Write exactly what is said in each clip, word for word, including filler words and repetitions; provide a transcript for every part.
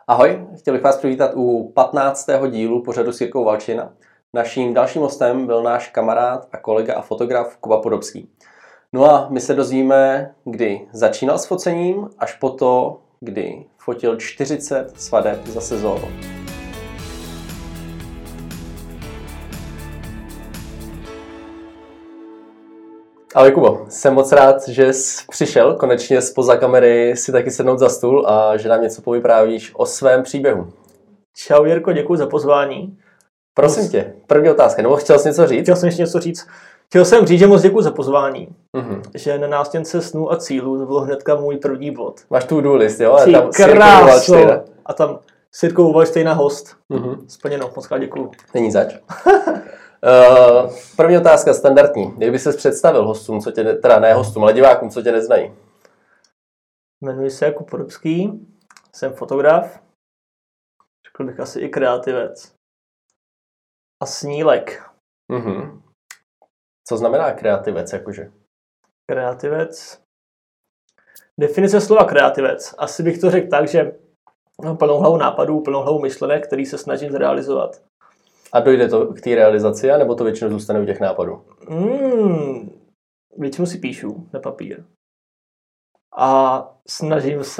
Ahoj, chtěl bych vás přivítat u patnáctého dílu pořadu s Jirkou Valčina. Naším dalším hostem byl náš kamarád a kolega a fotograf Kuba Podobský. No a my se dozvíme, kdy začínal s focením, až po to, kdy fotil čtyřicet svadeb za sezónu. Ahoj Kubo, jsem moc rád, že jsi přišel konečně zpoza kamery si taky sednout za stůl a že nám něco povyprávíš o svém příběhu. Čau Jirko, děkuji za pozvání. Prosím moc... tě, první otázka, nebo chtěl jsi něco říct? Chtěl jsem ještě něco říct. Chtěl jsem říct, že moc děkuji za pozvání. Mm-hmm. Že na nástěnce snů a cílů to bylo hnedka můj první bod. Máš tu do list, jo? Ty tam kráso. A tam s Jirkou Valčina host. Mm-hmm. Splněno, moc krát děkuji. Není zač. Uh, první otázka, standardní. Jak by ses představil hostům, co tě, ne, teda ne hostům, ale divákům, co tě neznají? Jmenuji se Jakub Podobský, jsem fotograf, řekl bych asi i kreativec. A snílek. Mm-hmm. Co znamená kreativec, jakože? Kreativec? Definice slova kreativec. Asi bych to řekl tak, že mám plnou hlavu nápadů, plnou hlavu myšlenek, který se snažím zrealizovat. A dojde to k té realizaci, nebo to většinou zůstane u těch nápadů? Mm, většinou si píšu na papír. A snažím se.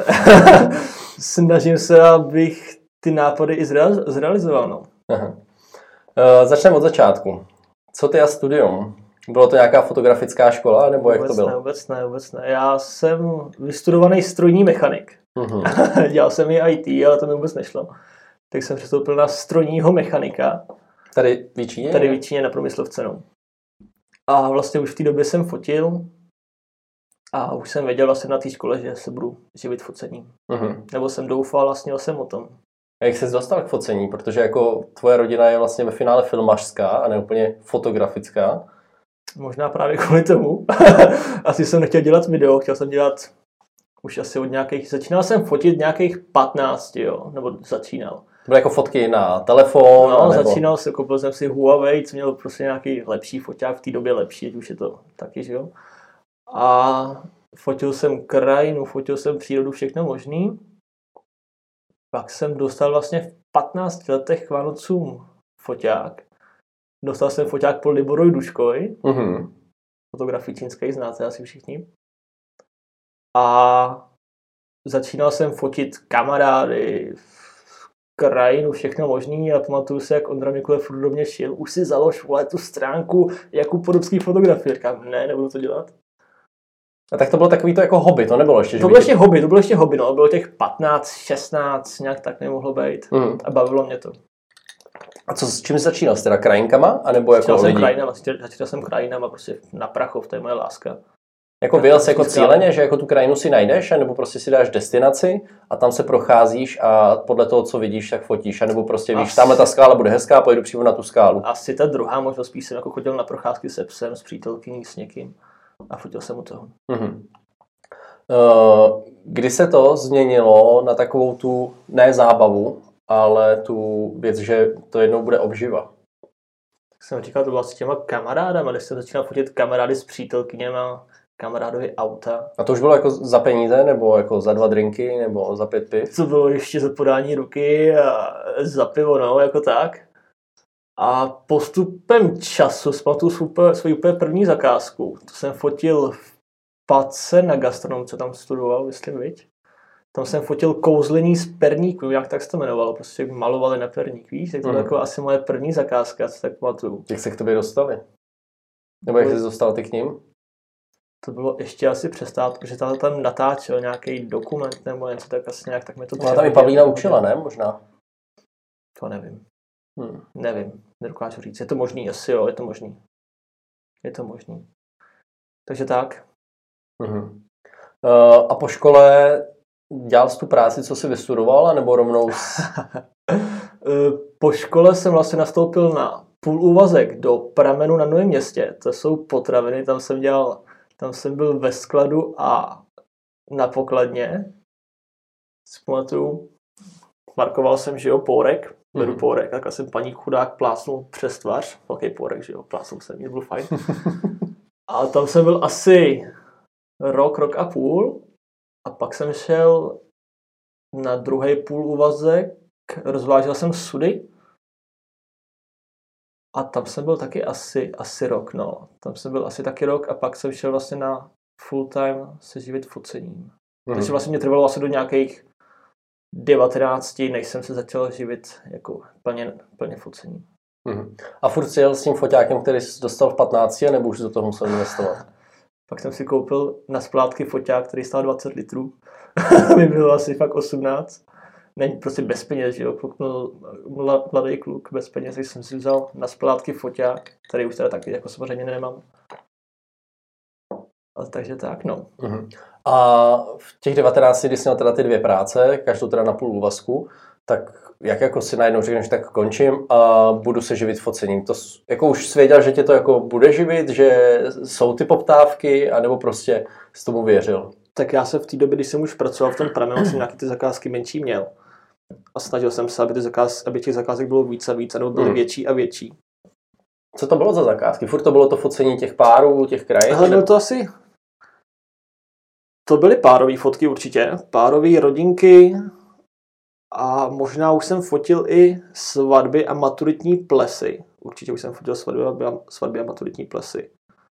snažím se, abych ty nápady i zrealizoval. No. Aha. Uh, začneme od začátku. Co ty a studium? Bylo to nějaká fotografická škola, nebo vůbec jak to bylo? Ne, vůbec ne, vůbec ne. Já jsem vystudovaný strojní mechanik. Uh-huh. Dělal jsem i í té, ale to mi vůbec nešlo. Tak jsem přestoupil na strojního mechanika. Tady v Číně? Tady v Číně na Promyslovce. No. A vlastně už v té době jsem fotil a už jsem věděl vlastně na té škole, že se budu živit focením. Uh-huh. Nebo jsem doufal a snil jsem o tom. A jak jsi dostal k focení? Protože jako tvoje rodina je vlastně ve finále filmařská a ne úplně fotografická. Možná právě kvůli tomu. Asi jsem nechtěl dělat video, chtěl jsem dělat už asi od nějakých, začínal jsem fotit nějakých patnáct, jo, nebo začínal. To byly jako fotky na telefon? No, nebo... začínal jsem, koupil jsem si Huawei, co měl prostě nějaký lepší foťák, v té době lepší, ať už je to taky, že jo. A fotil jsem krajinu, fotil jsem přírodu, všechno možný. Pak jsem dostal vlastně v patnácti letech k Vánocům foťák. Dostal jsem foťák po Liboroj Duškoj, mm-hmm. fotografii čínské, znáte asi všichni. A začínal jsem fotit kamarády, krajinu, všechno možný a pamatuju se, jak Ondra Mikule furt do mě šil. Už si založ, vole, tu stránku Jakub Podobský fotografie. Říkám, ne, nebudu to dělat. A tak to bylo takový to jako hobby, to nebylo ještě? To bylo ještě hobby, to bylo ještě hobby, no. Bylo těch patnáct, šestnáct, nějak tak nemohlo být. Mm. A bavilo mě to. A co, s čím jsi začínal? S teda krajinkama? A nebo jako začínal lidi? jsem krajinama, začínal jsem krajinama, prostě na Prachov, to je moje láska. Jako vyjel jsi jako cíleně, že jako tu krajinu si najdeš, nebo prostě si dáš destinaci a tam se procházíš a podle toho, co vidíš, tak fotíš, nebo prostě víš, tamhle ta skála bude hezká, pojedu přímo na tu skálu. Asi ta druhá možnost, spíš jsem jako chodil na procházky se psem, s přítelkyní, s někým a fotil jsem u toho. Mm-hmm. Kdy se to změnilo na takovou tu, ne zábavu, ale tu věc, že to jednou bude obživa? Tak jsem říkal, to bylo s těma kamarádama, když jsem začínal fotit kamarády s přítelkyněma, kamarádovi auta. A to už bylo jako za peníze, nebo jako za dva drinky, nebo za pět piv? To bylo ještě za podání ruky a za pivo, no, jako tak. A postupem času zpamatuju svou úplně první zakázku. To jsem fotil v Pace na gastronom, co tam studoval, myslím, viď? Tam jsem fotil kouzlení z perníků, jak tak se to jmenovalo, prostě malovali na perník, víš? Tak to byla mm. jako asi moje první zakázka, co tak pamatuju. Jak se k tobě dostali? Nebo jak jsi dostal ty k ním? To bylo ještě asi přestát, protože tam, tam natáčel nějaký dokument nebo něco, tak asi nějak, tak mi to... No tam i Pavlína učila, ne? Možná. To nevím. Hmm. Nevím, nedokážu říct. Je to možný, asi jo, je to možný. Je to možný. Takže tak. Uh-huh. Uh, a po škole dělal jsi tu práci, co jsi vystudoval, nebo rovnou... S... Po škole jsem vlastně nastoupil na půl úvazek do Pramenu na Novém Městě. To jsou potraviny, tam jsem dělal, tam jsem byl ve skladu a na pokladně. Zpamatuju, markoval jsem, že jo, pórek, beru mm. pórek, tak jsem paní chudák plásnul přes tvář, velký pórek, že jo, plásnul jsem, to byl fajn. A tam jsem byl asi rok, rok a půl a pak jsem šel na druhý půl úvazek rozvážel jsem sudy a tam jsem byl taky asi, asi rok, no. Tam jsem byl asi taky rok a pak jsem šel vlastně na full time se živit focením. Mm. Takže vlastně mě trvalo asi do nějakých devatenácti, než jsem se začal živit jako plně, plně focením. Mm. A furt jsi jel s tím foťákem, který jsi dostal v patnácti, nebo už do toho musel investovat? Pak jsem si koupil na splátky foťák, který stál dvacet litrů. Mi bylo asi fakt osmnáct. Není prostě bez peněz, že jo, kluk byl mladý kluk, bez peněz, když jsem si vzal na splátky foťák, který už teda taky jako samozřejmě nemám. Ale takže tak, no. Uh-huh. A v těch devatenácti, když jsi měl teda ty dvě práce, každou teda na půl úvazku, tak jak jako si najednou řekneš, tak končím a budu se živit focením. To jako už jsi věděl, že tě to jako bude živit, že jsou ty poptávky, anebo prostě jsi tomu věřil? Tak já jsem v té době, když jsem už pracoval v tom Pramenu, jsem nějaký ty zakázky menší měl. A snažil jsem se, aby, ty zakázky, aby těch zakázek bylo víc a víc, nebo byly hmm. větší a větší. Co to bylo za zakázky? Furt to bylo to focení těch párů, těch krajin? Ale bylo to asi... To byly párové fotky určitě. Párové rodinky a možná už jsem fotil i svatby a maturitní plesy. Určitě už jsem fotil svatby a, svatby a maturitní plesy.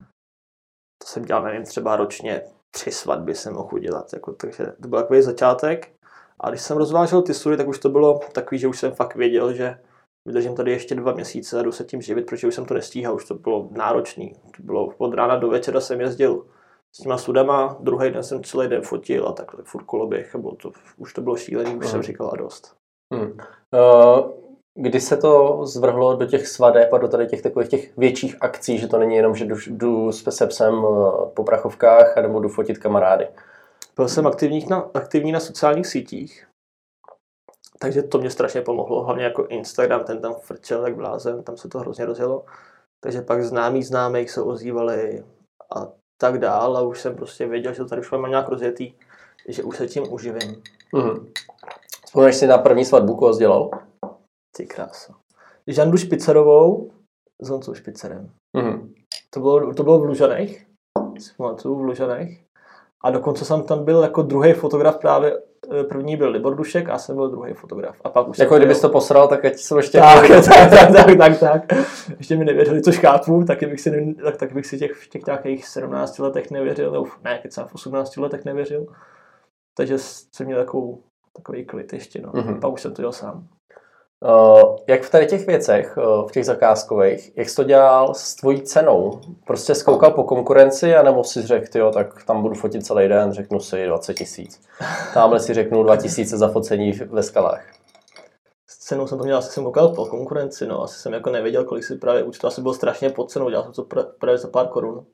To jsem dělal, nevím, třeba ročně tři svatby jsem mohl udělat. Jako, takže to byl takový začátek. A když jsem rozvážel ty sudy, tak už to bylo takový, že už jsem fakt věděl, že vydržím tady ještě dva měsíce a jdu se tím živit, protože už jsem to nestíhal, už to bylo náročný. To bylo od rána do večera jsem jezdil s těma sudama, druhý den jsem celý den fotil a takhle furt koloběh a bylo to, už to bylo šílený, už hmm. jsem říkal a dost. Hmm. Uh, kdy se to zvrhlo do těch svadeb a do tady těch takových těch větších akcí, že to není jenom, že jdu, jdu s psem po prachovkách a nebo jdu fotit kamarády? Byl jsem aktivní na, aktivní na sociálních sítích, takže to mě strašně pomohlo, hlavně jako Instagram, ten tam frčel jak blázen, tam se to hrozně rozjelo, takže pak známí známých se ozývali a tak dál a už jsem prostě věděl, že to tady už mám nějak rozjetý, že už se tím uživím. Mm. Vzpomínáš si na první svatbu, koho jsi dělal? Ty krása. Žandu Špicerovou s Honcou Špicerem. Mm. To bylo, to bylo v Lužanech, v Lužanech. A dokonce jsem tam byl jako druhý fotograf právě, první byl Libor Dušek a jsem byl druhý fotograf. A pak už jako kdybys to posral, tak ať jsem ještě... Tak, tak, tak, tak, tak, tak. Ještě mi nevěřili, což chápu, taky bych si, tak, tak bych si těch, v těch nějakých sedmnácti letech nevěřil, nebo ne, keď jsem v osmnácti letech nevěřil. Takže jsem měl takovou, takový klid ještě, no. Mm-hmm. Pak už jsem to dělal sám. Uh, jak v tady těch věcech, uh, v těch zakázkových, jak jsi to dělal s tvojí cenou? Prostě zkoukal po konkurenci, anebo si řekl, tyjo, tak tam budu fotit celý den, řeknu si dvacet tisíc. Tamhle si řeknu dva tisíce za focení ve skalách. S cenou jsem to měl, asi jsem koukal po konkurenci, no, asi jsem jako nevěděl, kolik si právě účtu, asi byl strašně pod cenou, dělal jsem to právě za pár korun.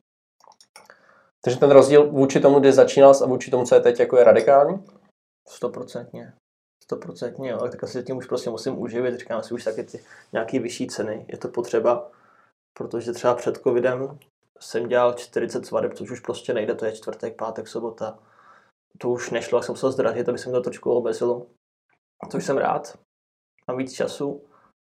Takže ten rozdíl vůči tomu, kdy začínal a vůči tomu, co je teď, jako je radikální? Stoprocentně. Stoprocentně, ale tak asi tím už prostě musím uživit, říkám si už taky ty nějaký vyšší ceny, je to potřeba, protože třeba před covidem jsem dělal čtyřicet svadeb, což už prostě nejde, to je čtvrtek, pátek, sobota, to už nešlo, jak jsem musel zdražit, aby se mi to trošku obezilo, což jsem rád, mám víc času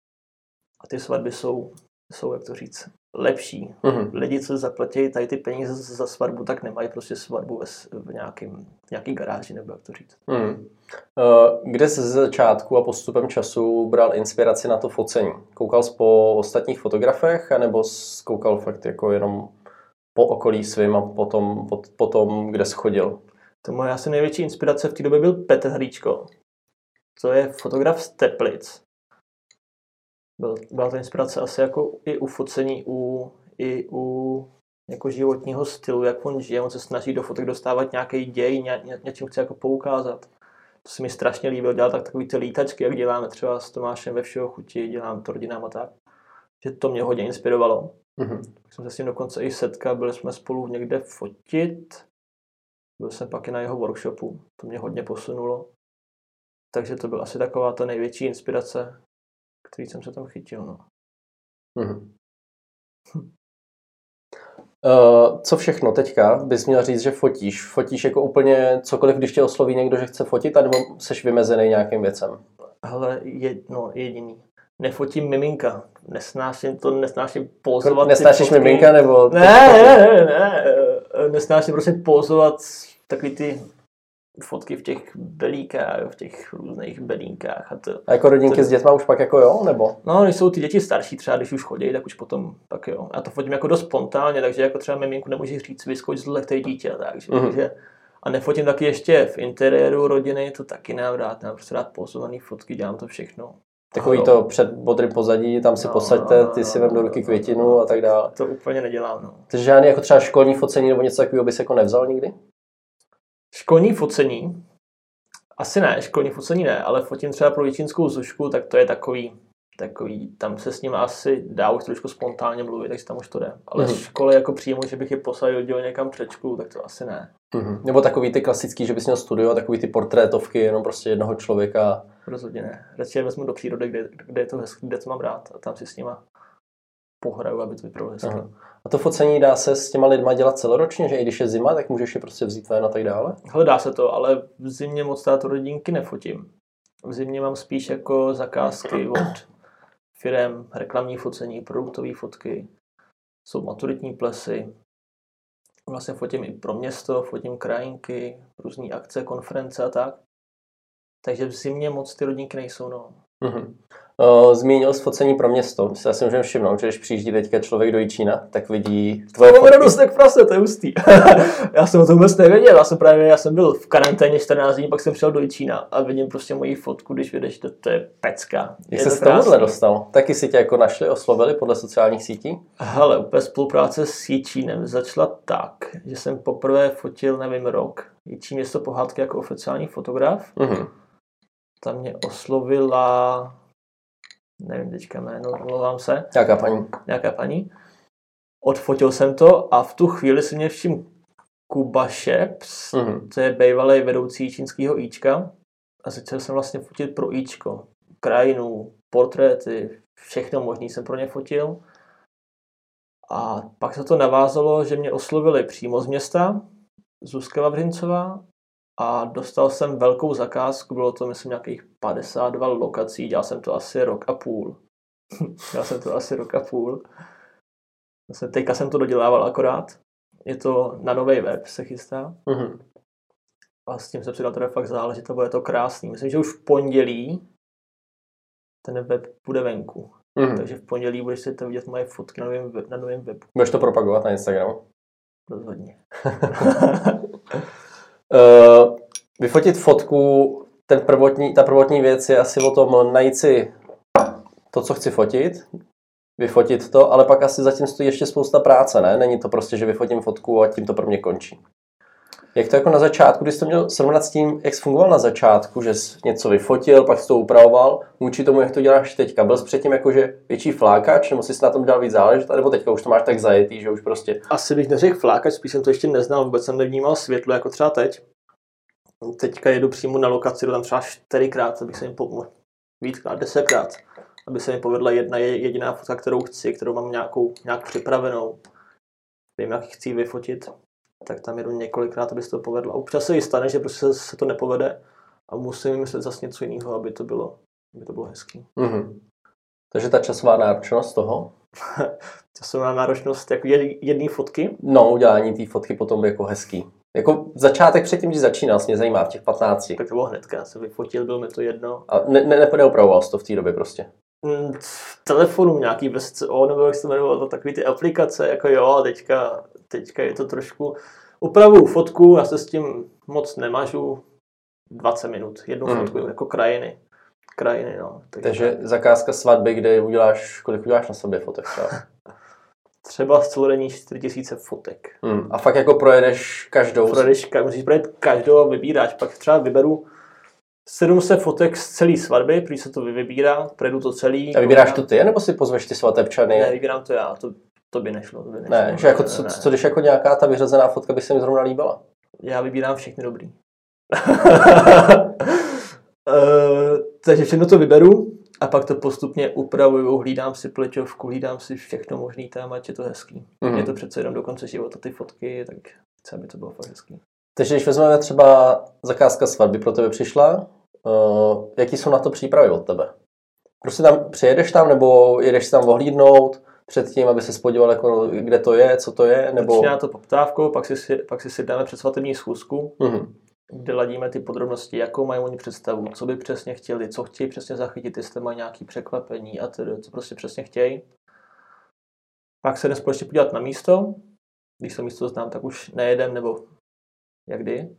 a ty svatby jsou, jsou jak to říct, lepší. Mm-hmm. Lidi, co zaplatí tady ty peníze za svatbu, tak nemají prostě svatbu ve, v, nějakým, v nějaký garáži, nebo jak to říct. Mm. Kde jsi ze začátku a postupem času bral inspiraci na to focení? Koukal jsi po ostatních fotografech, anebo jsi koukal fakt jako jenom po okolí svým a potom, po, po tom, kde jsi chodil? To moje asi největší inspirace v té době byl Petr Hříčko. To je fotograf z Teplic. Byl, byla to inspirace asi jako i u focení, u, i u jako životního stylu, jak on žije, on se snaží do fotek dostávat nějaký děj, ně, ně, něčím chce jako poukázat. To se mi strašně líbilo, dělat tak takový ty lítačky, jak děláme třeba s Tomášem ve Všeho chuti, děláme to rodinám a tak. Že to mě hodně inspirovalo. Mm-hmm. Jsem se s tím dokonce i setkal, byli jsme spolu někde fotit. Byl jsem pak i na jeho workshopu, to mě hodně posunulo. Takže to byla asi taková ta největší inspirace, který jsem se tam chytil. No. Mm-hmm. Uh, co všechno teďka bys měl říct, že fotíš? Fotíš jako úplně cokoliv, když tě osloví někdo, že chce fotit, anebo seš vymezený nějakým věcem? Hele, jedno, jediný. Nefotím miminka. Nesnáším to, nesnáším pózovat. Nesnášíš miminka, nebo? Ne, ne, ne, ne. Nesnáším prostě pózovat takový ty fotky v těch belíkách, v těch různých belínkách. A, to, a jako rodinky to, s dětma už pak jako jo, nebo? No, když jsou ty děti starší třeba, když už chodí, tak už potom tak jo. Já to fotím jako dost spontánně, takže jako třeba miminku nemůžeš říct, vyskoč z lehté dítě, takže, mm-hmm. takže a nefotím taky ještě v interiéru rodiny, to taky nemám rád, nemám prostě rád pozovaný fotky, dělám to všechno. Takový Halo. To před modrým pozadí, tam si no, posaďte, ty si vem do ruky květinu a tak dále. To úplně nedělám, no. Takže žádný jako třeba školní focení nebo něco takového bys jako nevzal nikdy? Školní focení? Asi ne, školní focení ne, ale fotím třeba pro děčínskou Zušku, tak to je takový, takový, tam se s ním asi dá už trošku spontánně mluvit, takže tam už to jde. Ale mm-hmm. školy jako přímo, že bych je posadil děl někam před školu, tak to asi ne. Mm-hmm. Nebo takový ty klasický, že bys měl studio, takový ty portrétovky, jenom prostě jednoho člověka. Rozhodně ne. Radši je vezmu do přírody, kde, kde je to hezký, kde to mám rád a tam si s nima pohraju, aby to vypadalo hezky. Aha. A to focení dá se s těma lidma dělat celoročně, že i když je zima, tak můžeš je prostě vzít ven a tak dále? Hele, dá se to, ale v zimě moc táto rodinky nefotím. V zimě mám spíš jako zakázky od firem, reklamní focení, produktové fotky, jsou maturitní plesy. Vlastně fotím i pro město, fotím krajinky, různé akce, konference a tak. Takže v zimě moc ty rodinky nejsou, no. Mm-hmm. Zmínil jsi focení pro město. Já si můžeme všimnout, že když přijíždí teďka člověk do Jičína, tak vidí tvoje fotky. To je prase, to je hustý. Já jsem o tom vůbec nevěděl. Já jsem právě, já jsem byl v karanténě čtrnáct dní, pak jsem přijel do Jičína a vidím prostě moji fotku, když vyjdeš, to, to je pecka. Jak se z tohohle dostal? Taky si tě jako našli, oslovili podle sociálních sítí? Hele, úplně spolupráce s Jičínem začala tak, že jsem poprvé fotil, nevím, rok. Jičín město pohádky jako oficiální fotograf. Mm-hmm. Tam mě oslovila, nevím teďka jméno, omlouvám se. Nějaká paní. Nějaká paní. Odfotil jsem to a v tu chvíli si mě všiml Kuba Šeps, mm-hmm. to je bývalý vedoucí čínského Ička. A začal jsem vlastně fotit pro Ičko. Krajinu, portréty, všechno možný jsem pro ně fotil. A pak se to navázalo, že mě oslovili přímo z města, Zuzka Vavřincová. A dostal jsem velkou zakázku, bylo to myslím nějakých padesát dva lokací, dělal jsem to asi rok a půl. dělal jsem to asi rok a půl. Vlastně teďka jsem to dodělával akorát. Je to na nový web, se chystá. Mm-hmm. A s tím se přidal teda fakt záležit, to bude to krásný. Myslím, že už v pondělí ten web bude venku. Mm-hmm. Takže v pondělí budeš si to vidět moje fotky na novém, web, na novém webu. Budeš to propagovat na Instagramu? Rozhodně. Uh, vyfotit fotku, ten prvotní, ta prvotní věc je asi o tom najít si to, co chci fotit, vyfotit to, ale pak asi zatím stojí ještě spousta práce, ne? Není to prostě, že vyfotím fotku a tím to pro mě končí. Jak to jako na začátku, když jsi to měl srovnat s tím, jak jsi fungoval na začátku, že jsi něco vyfotil, pak jsi to upravoval, vůči tomu, jak to děláš teďka. Byl jsi předtím jakože větší flákač, nebo jsi na tom dělal víc záležet, nebo teďka už to máš tak zajetý, že už prostě... Asi bych neřekl flákač, spíš jsem to ještě neznal, vůbec jsem nevnímal světlo, jako třeba teď. Teďka jedu přímo na lokaci, jdu tam třeba čtyřikrát, abych se jim pomohl, víckrát, desetkrát, aby se mi povedla jedna jediná fotka, kterou chci, kterou mám nějakou, nějak připravenou. Vím, jak chci vyfotit, tak tam jedu několikrát, aby se to povedlo. A občas se i stane, že prostě se to nepovede a musím myslet zase něco jiného, aby to bylo, aby to bylo hezký. Mm-hmm. Takže ta časová náročnost toho? Časová náročnost jako jedné fotky? No, udělání té fotky potom jako hezký. Jako začátek předtím, když začínal, mě zajímá v těch patnácti. Tak to bylo hnedka, já jsem vyfotil, bylo mi to jedno. A ne, ne, neopravoval jsi to v té době prostě? V telefonu nějaký V S C O, nebo jak se to jmenovalo, takový ty aplikace, jako jo, teďka, teďka je to trošku... Upravuju fotku, já se s tím moc nemažu, dvacet minut, jednu mm. fotku, jako krajiny. Krajiny, no. Takže, Takže zakázka svatby, kde uděláš, kolik uděláš na sobě fotek třeba? Třeba z celodenní čtyři tisíce fotek. Mm. A fakt jako projedeš každou? Projedeš, musíš projet každou a vybíráš. Pak třeba vyberu sedm set fotek z celé svatby, protože se to vybírá, projedu to celý. A vybíráš to ty, nebo si pozveš ty svatebčany? Ne, vybírám to já, to, to by nešlo. To by nešlo. Ne, že jako co, co, co když jako nějaká ta vyřazená fotka by se mi zrovna líbila? Já vybírám všechny dobrý. uh, takže všechno to vyberu a pak to postupně upravuju, hlídám si plečovku, hlídám si všechno možný téma, je to hezký. Mm-hmm. Je to přece jenom do konce života ty fotky, tak chci, aby to bylo fakt hezký. Takže když vezmeme třeba zakázka svatby pro tebe přišla, uh, jaký jsou na to přípravy od tebe? Prostě tam přijedeš tam, nebo jedeš si tam ohlídnout předtím, aby se spodíval, jako, kde to je, co to je? Nebo... Začíná to poptávkou, pak si, pak si si dáme před svatební schůzku. Mm-hmm. kde ladíme ty podrobnosti, jakou mají oni představu, co by přesně chtěli, co chtějí přesně zachytit, jestli mají nějaké překvapení a tedy, co prostě přesně chtějí. Pak se jdeme společně podívat na místo. Když to místo znám, tak už nejedem, nebo jakdy.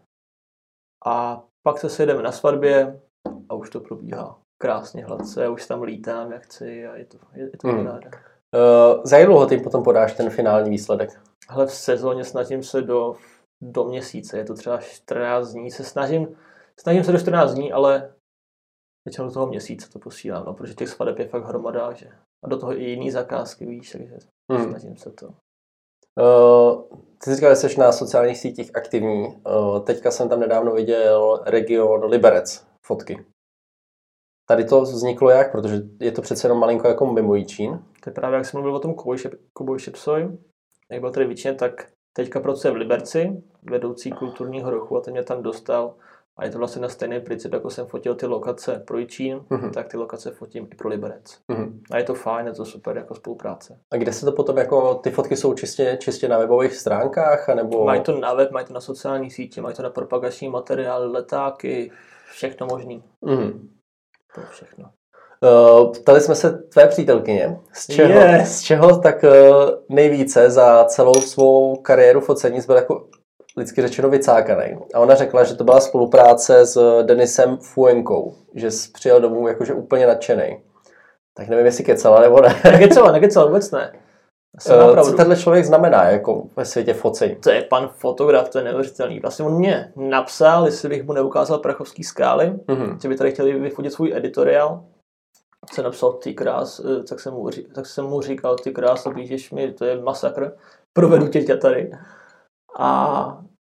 A pak se sejdeme na svatbě a už to probíhá krásně, hladce, už tam lítám, jak chci a je to, je, je to hmm. ráda. Uh, za jak dlouho ty potom podáš ten finální výsledek? Hele, v sezóně snažím se do, do měsíce, je to třeba čtrnáct dní, se snažím, snažím se do čtrnáct dní, ale většinou do toho měsíce to posílám, no, protože těch svadeb je fakt hromada, že a do toho i jiný zakázky, víš, takže hmm. snažím se to. Uh, ty jsi říkal, že jsi na sociálních sítích aktivní. Uh, teďka jsem tam nedávno viděl region Liberec, fotky. Tady to vzniklo jak? Protože je to přece jenom malinko jako mimo Jičín. To je právě, jak jsem mluvil o tom Kubovi Šepsovi, jak byl tady Jičíně, tak teďka pracuje v Liberci, vedoucí kulturního ruchu, a ten mě tam dostal. A je to vlastně na stejný princip, jako jsem fotil ty lokace pro Jičín, mm-hmm. tak ty lokace fotím i pro Liberec. Mm-hmm. A je to fajn, je to super jako spolupráce. A kde se to potom, jako ty fotky jsou čistě, čistě na webových stránkách? Anebo... Mají to na web, mají to na sociální sítě, mají to na propagační materiály, letáky, všechno možný. Mm-hmm. To je všechno. Uh, ptali jsme se tvé přítelkyně, z čeho, yeah. z čeho tak uh, nejvíce za celou svou kariéru focení byl jako lidsky řečeno vycákaný. A ona řekla, že to byla spolupráce s Denisem Fuenkou, že jsi přijel domů jakože úplně nadšenej. Tak nevím, jestli kecala nebo ne. Nekecala, nekecala, vůbec ne. Uh, co tenhle člověk znamená jako ve světě focení? To je pan fotograf, to je neuvěřitelný. Vlastně on mě napsal, jestli bych mu neukázal Prachovský skály, mm-hmm. že by tady chtěli vyfotit svůj editoriál. Se napsal ty krás, tak jsem mu, tak jsem mu říkal, ty krás, blížíš mi, to je masakr, provedu tě tě tady. A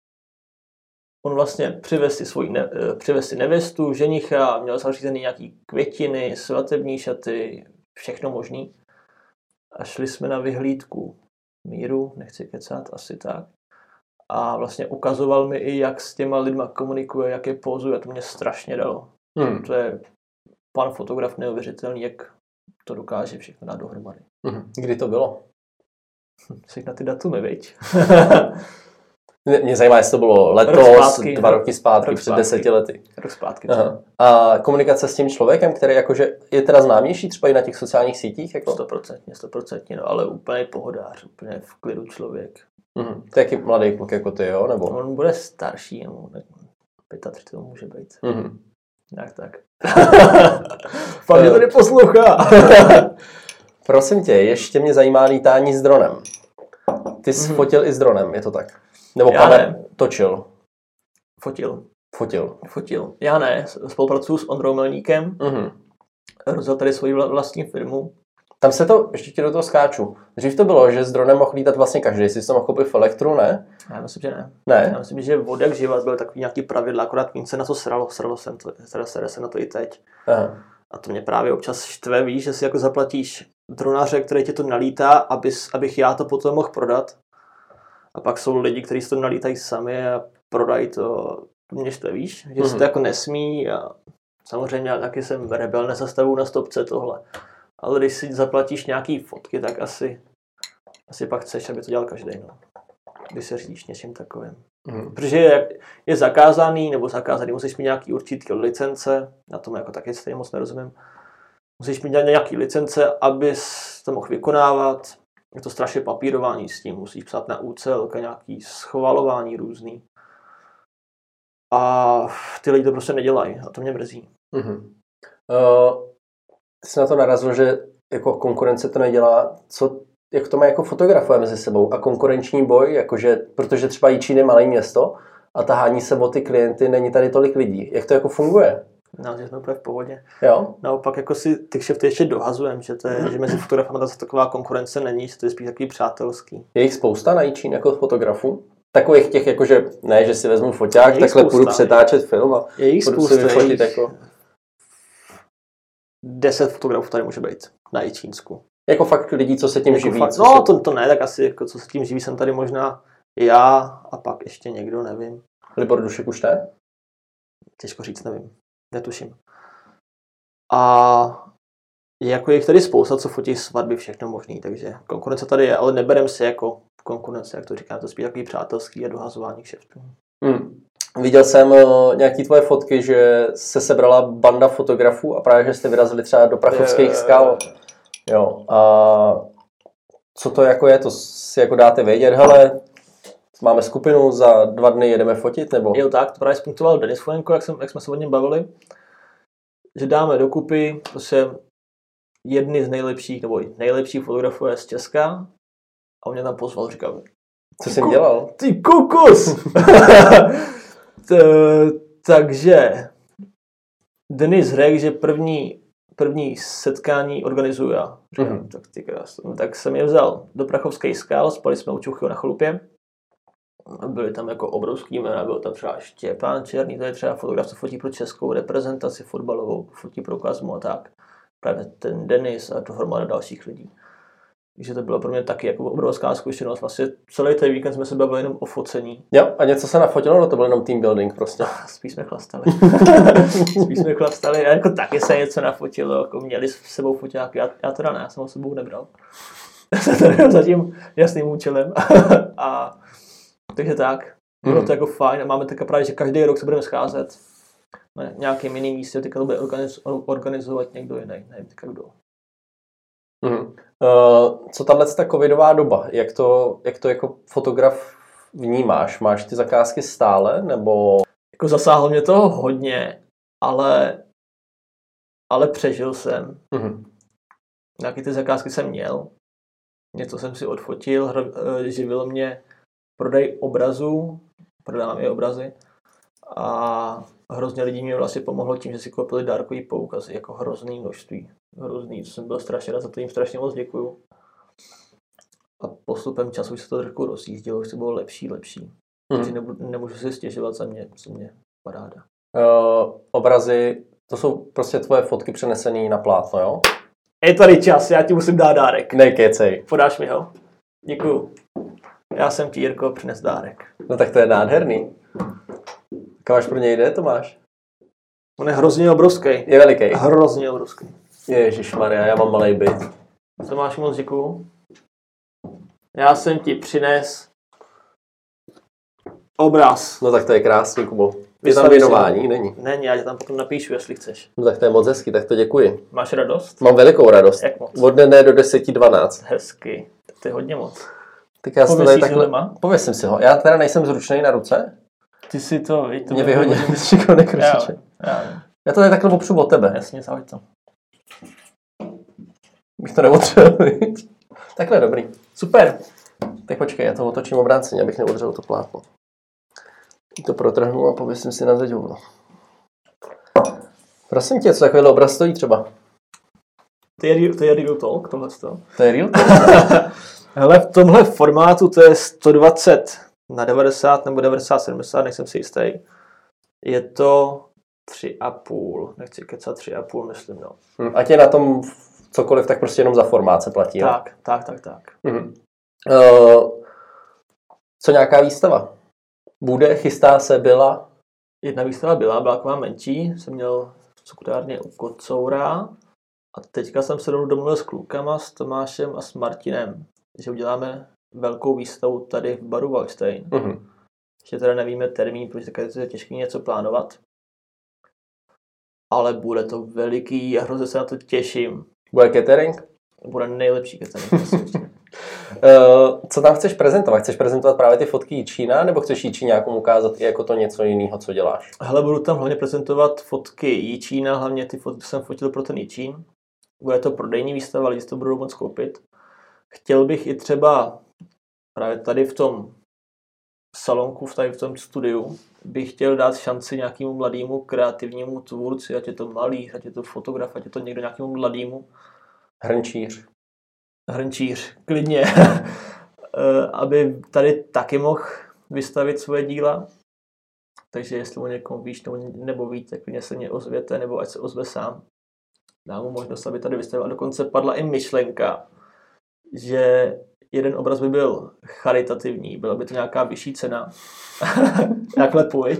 on vlastně přivez si, svoji ne, přivez si nevěstu, ženicha, měl zařízený nějaký květiny, svatební šaty, všechno možný. A šli jsme na vyhlídku míru, nechci kecat, asi tak. A vlastně ukazoval mi i, jak s těma lidma komunikuje, jak je pózuje, to mě strašně dalo. Hmm. To je pan fotograf neuvěřitelný, jak to dokáže všechno dát dohromady. Hmm. Kdy to bylo? Jsi na ty datumy, viď? Mě zajímá, jestli to bylo letos, zpátky, dva roky zpátky, rok před zpátky, deseti lety. Rok zpátky. A komunikace s tím člověkem, který jakože je teda známější třeba i na těch sociálních sítích? Jako? Stoprocentně, stoprocentně, no, ale úplně pohodář, úplně v klidu člověk. Mm-hmm. To je jaký mladý kluk jako ty, jo? Nebo? On bude starší, no, třicet pět může být. Mm-hmm. Jak tak. Fakt mě to neposlouchá. Prosím tě, ještě mě zajímá lítání s dronem. Ty jsi mm-hmm. fotil i s dronem, je to tak? Nebo pane, točil? Fotil. Fotil. Fotil. Já ne, spolupracuju s Ondrou Melníkem. Mm-hmm. Rozhodl tady svoji vlastní firmu. Tam se to, ještě ti do toho skáču. Dřív to bylo, že s dronem mohl lítat vlastně každý, jestli to mohl koupit v elektru, ne? Já myslím, že ne. Ne? Já myslím, že od jak živa byly takový nějaký pravidla, akorát víc se na to sralo, sralo jsem to, sralo se na to i teď. Aha. A to mě právě občas štve, víš, že si jako zaplatíš dronáře, který ti to nalítá, abys, abych já to potom mohl prodat. A pak jsou lidi, kteří si to nalítají sami a prodají to. To mě štve, víš, že mm-hmm. si to jako nesmí a samozřejmě já taky jsem rebel, nezastavuju na stopce tohle. Ale když si zaplatíš nějaký fotky, tak asi, asi pak chceš, aby to dělal každý, no. Když se řídíš něčím takovým. Mm. Protože je, je zakázaný, nebo zakázaný, musíš mít nějaký určitý licence, na tom jako taky stejně moc nerozumím. Musíš mít nějaký licence, abys to mohl vykonávat. Je to strašně papírování s tím, musíš psát na úcel, nějaký schvalování různý. A ty lidi to prostě nedělají a to mě mrzí. Mm-hmm. Uh, ty jsi na to narazil, že jako konkurence to nedělá. Co, jak to má jako fotografuje mezi sebou a konkurenční boj, jakože, protože třeba Jičín je malé město a tahání se o ty klienty, není tady tolik lidí. Jak to jako funguje? No, že jsme úplně v pohodě. Jo? Naopak jako si ty kšefty ještě dohazujeme, že, to je, že mezi fotografama zase taková konkurence není, že to je spíš takový přátelský. Je jich spousta na Jičín jako fotografů? Takových těch, jakože ne, že si vezmu foťák, takhle spousta, půjdu přetáčet film a půjdu si vyfotit jako... Deset fotografů tady může být na Jičínsku. Jako fakt lidí, co se tím jako živí? Fakt, no to, to ne, tak asi jako co se tím živí jsem tady možná já a pak ještě někdo, nevím. Libor Dušek už ne? Těžko říct, nevím. Netuším. A je jako je tady spousta, co fotí svatby, všechno možný, takže konkurence tady je, ale neberem si jako konkurence, jak to říkám, to spíš takový přátelský a dohazování kšeftů. Hmm. viděl jsem nějaký tvoje fotky, že se sebrala banda fotografů a právě, že jste vyrazili třeba do Prachovských skal. Jo. A co to jako je? To si jako dáte vědět, hele, máme skupinu, za dva dny jedeme fotit, nebo? Jo, tak, to právě spunktoval Denis Fojenko, jak, jsem, jak jsme se o něm bavili, že dáme dokupy prostě jedny z nejlepších, nebo nejlepších fotografů z Česka a on mě tam pozval, říkal, co jsem dělal? Ty kukus! Takže Denis řekl, že první, první setkání organizuju já. Říkám, mm-hmm. tak ty krásno. Tak jsem je vzal do Prachovských skal, spali jsme u Čuchyho na chalupě. Byli tam jako obrovský jména, byl tam třeba Štěpán Černý, to je třeba fotograf, co fotí pro českou reprezentaci fotbalovou, fotí pro Kazmu a tak. Právě ten Denis a dohromady dalších lidí. Takže to bylo pro mě taky jako obrovská zkušenost. Vlastně celý ten víkend jsme se bavili jenom o focení. Jo, a něco se nafotilo, no to byl jenom team building prostě. Spíš jsme chlastali. Spíš jsme chlastali a jako taky se něco nafotilo, jako měli s sebou foťáky, já, já teda ne, já jsem ho sebou nebral. Za tím jasným účelem. A takže tak, bylo to jako fajn a máme také právě, že každý rok se budeme scházet na nějakém jiném místě, teďka to bude organizovat někdo jiný, nevím teďka kdo. Mm. Uh, co tahle ta covidová doba, jak to, jak to jako fotograf vnímáš? Máš ty zakázky stále, nebo? Jako zasáhlo mě to hodně, ale, ale přežil jsem. Mm. Nějaké ty zakázky jsem měl, něco jsem si odfotil, hro, živilo mě prodej obrazů, prodávám i obrazy a hrozně lidí mě vlastně pomohlo tím, že si koupili dárkový poukazy, jako hrozný množství. Hrozný, to jsem byl strašně rád, za to jim strašně moc děkuju. A postupem času se to trošku rozjíždělo, už to bylo lepší, lepší. Hmm. Takže nebudu, nemůžu si stěžovat za mě, za mě paráda. Uh, obrazy, to jsou prostě tvoje fotky přenesené na plátno, jo? Je tady čas, já ti musím dát dárek. Nekecej. Podáš mi ho? Děkuju. Já jsem ti, Jirko, přines dárek. No tak to je nádherný. Kam až pro něj jde, Tomáš? On je hrozně obrovský. Je veliký. Hrozně obrovský. Ježišmarja, já mám malej byt. Tomáš, moc děkuju. Já jsem ti přines obraz. No tak to je krásný, Kubo. Je tam věnování? Není. Není, já tě tam potom napíšu, jestli chceš. No tak to je moc hezký, tak to děkuji. Máš radost? Mám velikou radost. Jak moc? Od dne do deseti dvanáct. Hezky. Tak to je hodně moc. Tak já si to tady takhle... Pověsím si ho. Já teda nejsem zručnej na ruce. Ty si to, víš, to mě vyhodí, z čeho nekročiče. Já, já. já to tady takhle opřu od tebe. Jasně, zahoď to. Bych to neotřel, víc. Takhle dobrý. Super. Tak počkej, já to otočím obráceně, abych neodřel to plátno. To protrhnu a pověsím si na zeď. Prosím tě, co takovýhle obraz stojí třeba? To je, to je Real Talk, tohleto. To je Real Talk? Hele, v tomhle formátu to je sto dvacet na devadesát nebo devadesát sedmdesát, nejsem si jistý. Je to tři a půl, nechci kecat tři a půl, myslím, no. Hmm, ať je na tom cokoliv, tak prostě jenom za formát se platí, jo? Tak, tak, tak, tak. Hmm. Uh, co nějaká výstava? Bude, chystá se, byla? Jedna výstava byla, byla taková menší, jsem měl cukrárně u Kocoura a teďka jsem se domluvil s klukama, s Tomášem a s Martinem, že uděláme velkou výstavu tady v baru Waldstein. Mm-hmm. Ještě teda nevíme termín, protože tak je těžké něco plánovat. Ale bude to veliký a hrozně se na to těším. Bude catering? Bude nejlepší catering. uh, co tam chceš prezentovat? Chceš prezentovat právě ty fotky Jičína, nebo chceš Jičín nějakому ukázat i jako to něco jiného, co děláš? Hele, budu tam hlavně prezentovat fotky Jičína, hlavně ty fotky jsem fotil pro ten Jičín. Bude to prodejní výstava, lidi to budou moc koupit. Chtěl bych i třeba právě tady v tom salonku, tady v tom studiu, bych chtěl dát šanci nějakému mladému kreativnímu tvůrci, ať je to malíř, ať je to fotograf, ať je to někdo nějakému mladému. Hrnčíř. Hrnčíř, klidně. Aby tady taky mohl vystavit svoje díla. Takže jestli o někom víš nebo víte, klidně se mě ozvěte, nebo ať se ozve sám. Dám mu možnost, aby tady vystavil. A dokonce padla i myšlenka, že jeden obraz by byl charitativní, byla by to nějaká vyšší cena. Takhle pojď.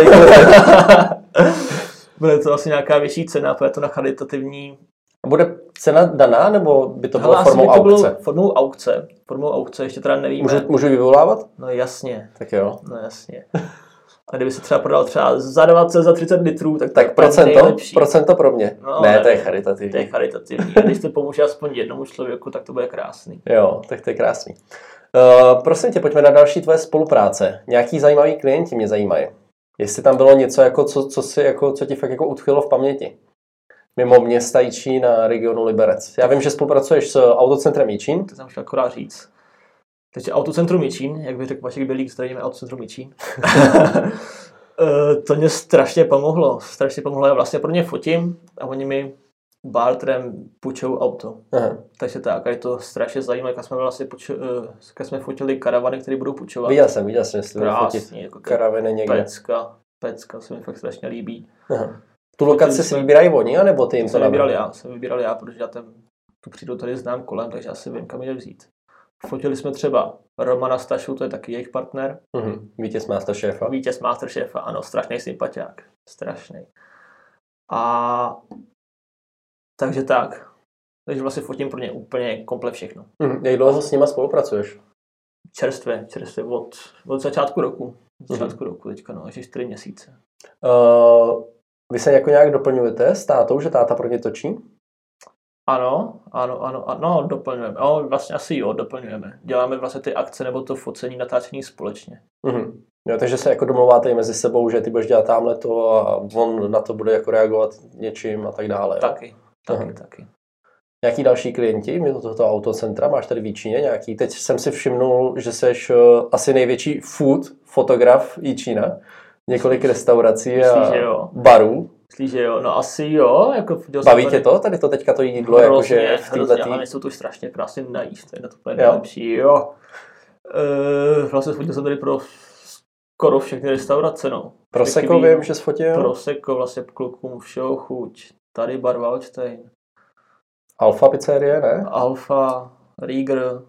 Bude to asi nějaká vyšší cena, protože to na charitativní. A bude cena daná, nebo by to bylo Hele, formou by to aukce? Bylo formou aukce. Formou aukce, ještě teda nevíme. Můžu, můžu vyvolávat? No jasně. Tak jo. No jasně. A kdyby se třeba prodal třeba za dvacet, za třicet litrů, tak, tak procento, procento pro mě. No, ne, nevím, to je charitativní. To je charitativní. A když to pomůže aspoň jednomu člověku, tak to bude krásný. Jo, tak to je krásný. Uh, prosím tě, pojďme na další tvoje spolupráce. Nějaký zajímavý klienti mě zajímají. Jestli tam bylo něco, jako, co, co, si, jako, co ti fakt jako utkvělo v paměti. Mimo města Jičín na regionu Liberec. Já vím, že spolupracuješ s Autocentrem Jičín. To jsem chtěl akorát říct. Takže Autocentrum Jičín, jak by řekl Vašek Bělík, zdravíme Autocentrum Jičín. To mě strašně pomohlo. Strašně pomohlo. Já vlastně pro ně fotím a oni mi barterem půjčují auto. Aha. Takže tak, a je to strašně zajímavé, jak jsme vlastně půjču, jak jsme fotili karavany, které budou půjčovat. Viděl jsem, viděl jsem, jestli budou fotit jako karavany někde. Pecka, pecka se mi fakt strašně líbí. Aha. Tu lokaci si vybírají oni, anebo ty jim to vybíral já, jsem vybíral já, protože já ten, tu přírodu tady znám kolem, takže asi vím, kam je vzít. Fotili jsme třeba Romana Stašu, to je taky jejich partner. Mm-hmm. Vítěz Masterchefa. Vítěz Masterchefa, ano, strašný sympatiák. Strašný. A takže tak. Takže vlastně fotím pro ně úplně komplet všechno. Mm-hmm. Jak dlouho s nima spolupracuješ? Čerstvě, čerstvě od, od začátku roku. Od začátku mm-hmm. roku teďka, no, až čtyři měsíce. Uh, vy se jako nějak doplňujete s tátou, že táta pro ně točí? Ano, ano, ano, ano, doplňujeme. No, vlastně asi jo, doplňujeme. Děláme vlastně ty akce nebo to focení, natáčení společně. Mm-hmm. Jo, takže se jako domlouváte i mezi sebou, že ty budeš dělat tamhle to a on na to bude jako reagovat něčím a tak dále. Taky, jo? taky, Aha. taky. Nějaký další klienti mimo tohoto autocentra? Máš tady v Jičíně nějaký? Teď jsem si všimnul, že seš asi největší food fotograf Jičína. Několik restaurací Myslíš, a barů. Myslíš, že jo? No asi jo. Jako baví tě to? Tady to teďka to jídlo, jakože v této tý... Ale jsou to strašně krásně najíst, to je na to nejlepší, jo. E, vlastně fotil jsem tady pro skoro všechny restaurace, no. Prosecco vím, že sfotil. Prosecco, vlastně klukům všeho chuť. Tady bar Waldstein. Alfa pizzerie, ne? Alfa, Rieger.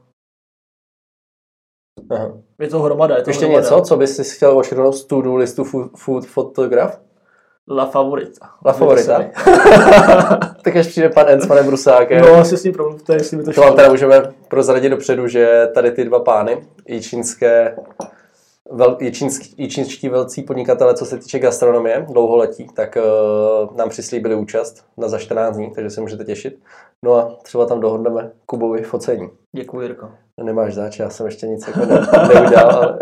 Aha. Je to hromada, je to ještě hromada. Něco, co bys si chtěl oškrtnout z to-do listu food, food fotograf? La Favorita. La Favorita. Tak až přijde pan N s panem Brusákem. No, asi s tím problém, to je, jestli mi to To vám teda můžeme prozradit dopředu, že tady ty dva pány, jičínské, vel, jičínský, jičínští velcí podnikatele, co se týče gastronomie, dlouholetí, tak uh, nám přislíbili účast na za čtrnáct dní, takže se můžete těšit. No a třeba tam dohodneme Kubovi focení. Děkuji, Jirko. Nemáš zač, já jsem ještě nic jako ne, neudělal, ale...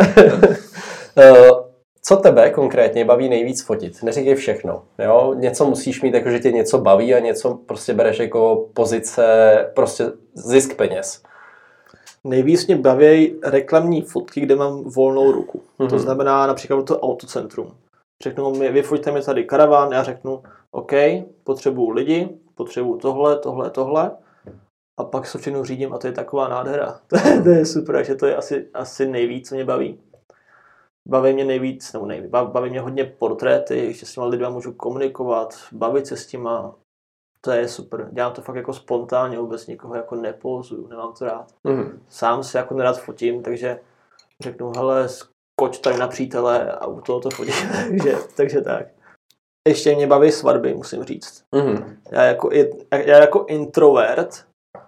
uh, Co tebe konkrétně baví nejvíc fotit? Neříkej všechno. Jo? Něco musíš mít, jako že tě něco baví a něco prostě bereš jako pozice, prostě zisk peněz. Nejvíc mě baví reklamní fotky, kde mám volnou ruku. Mm-hmm. To znamená například to autocentrum. Řeknu mi, vyfoťte mi tady karaván, já řeknu, OK, potřebuju lidi, potřebuju tohle, tohle, tohle. A pak se všechno řídím a to je taková nádhera. To je, to je super, že to je asi, asi nejvíc, co mě baví. Baví mě nejvíc, nebo nejvíc, baví mě hodně portréty, že s těma lidma můžu komunikovat, bavit se s těma, to je super. Dělám to fakt jako spontánně, vůbec nikoho jako nepouzuju, nemám to rád. Mm. Sám se jako nerad fotím, takže řeknu, hele, skoč tady na přítele a u toho to fotím, takže, takže tak. Ještě mě baví svatby, musím říct. Mm. Já, jako, já jako introvert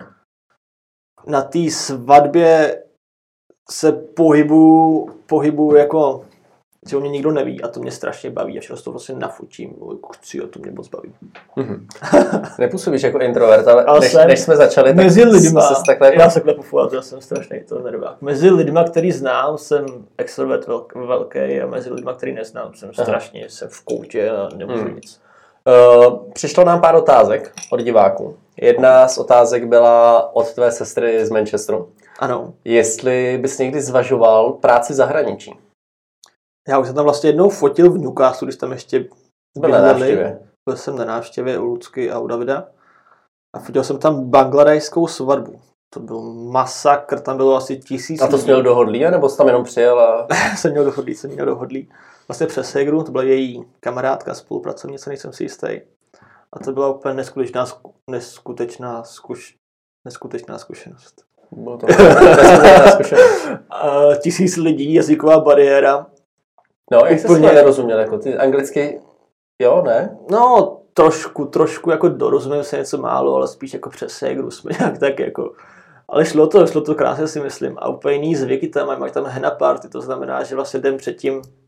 na té svatbě se pohybu, pohybu jako, že o mě nikdo neví a to mě strašně baví a všechno to vlastně nafotím, chci, a to mě moc baví. Mm-hmm. Nepůsobíš jako introvert, ale, ale než, než jsme začali, tak mezi lidma, se takhle... Já se klepu, já jsem strašný, to nervák. Mezi lidma, který znám, jsem extrovert velk, velký a mezi lidma, který neznám, jsem Aha. strašně, jsem v koutě a nemůžu mm. nic. Uh, přišlo nám pár otázek od diváků. Jedna z otázek byla od tvé sestry z Manchesteru. Ano. Jestli bys někdy zvažoval práci v zahraničí. Já už jsem tam vlastně jednou fotil v Newcastle, když tam ještě byl na návštěvě. Byl jsem na návštěvě u Lucky a u Davida. A fotil jsem tam bangladejskou svatbu. To byl masakr, tam bylo asi tisíc. A to jsi měl dohodlý, anebo jsi tam jenom přijel a... jsem měl dohodlý, jsem měl dohodlý. Vlastně přes Segru, to byla její kamarádka, spolupracovnice, nejsem si jistý. A to byla úplně neskutečná, neskutečná, zkuš, neskutečná zkušenost. Bylo to neskutečná zkušenost. A tisíc lidí, jazyková bariéra. No, jak jsi úplně nerozuměl, jako ty anglicky, jo, ne? No, trošku, trošku jako dorozumím se něco málo, ale spíš jako přes Segru jsme nějak tak jako... Ale šlo to, šlo to krásně, si myslím. A úplně jiný zvyky tam mají, mají tam henna party, to znamená, že vlastně den předtím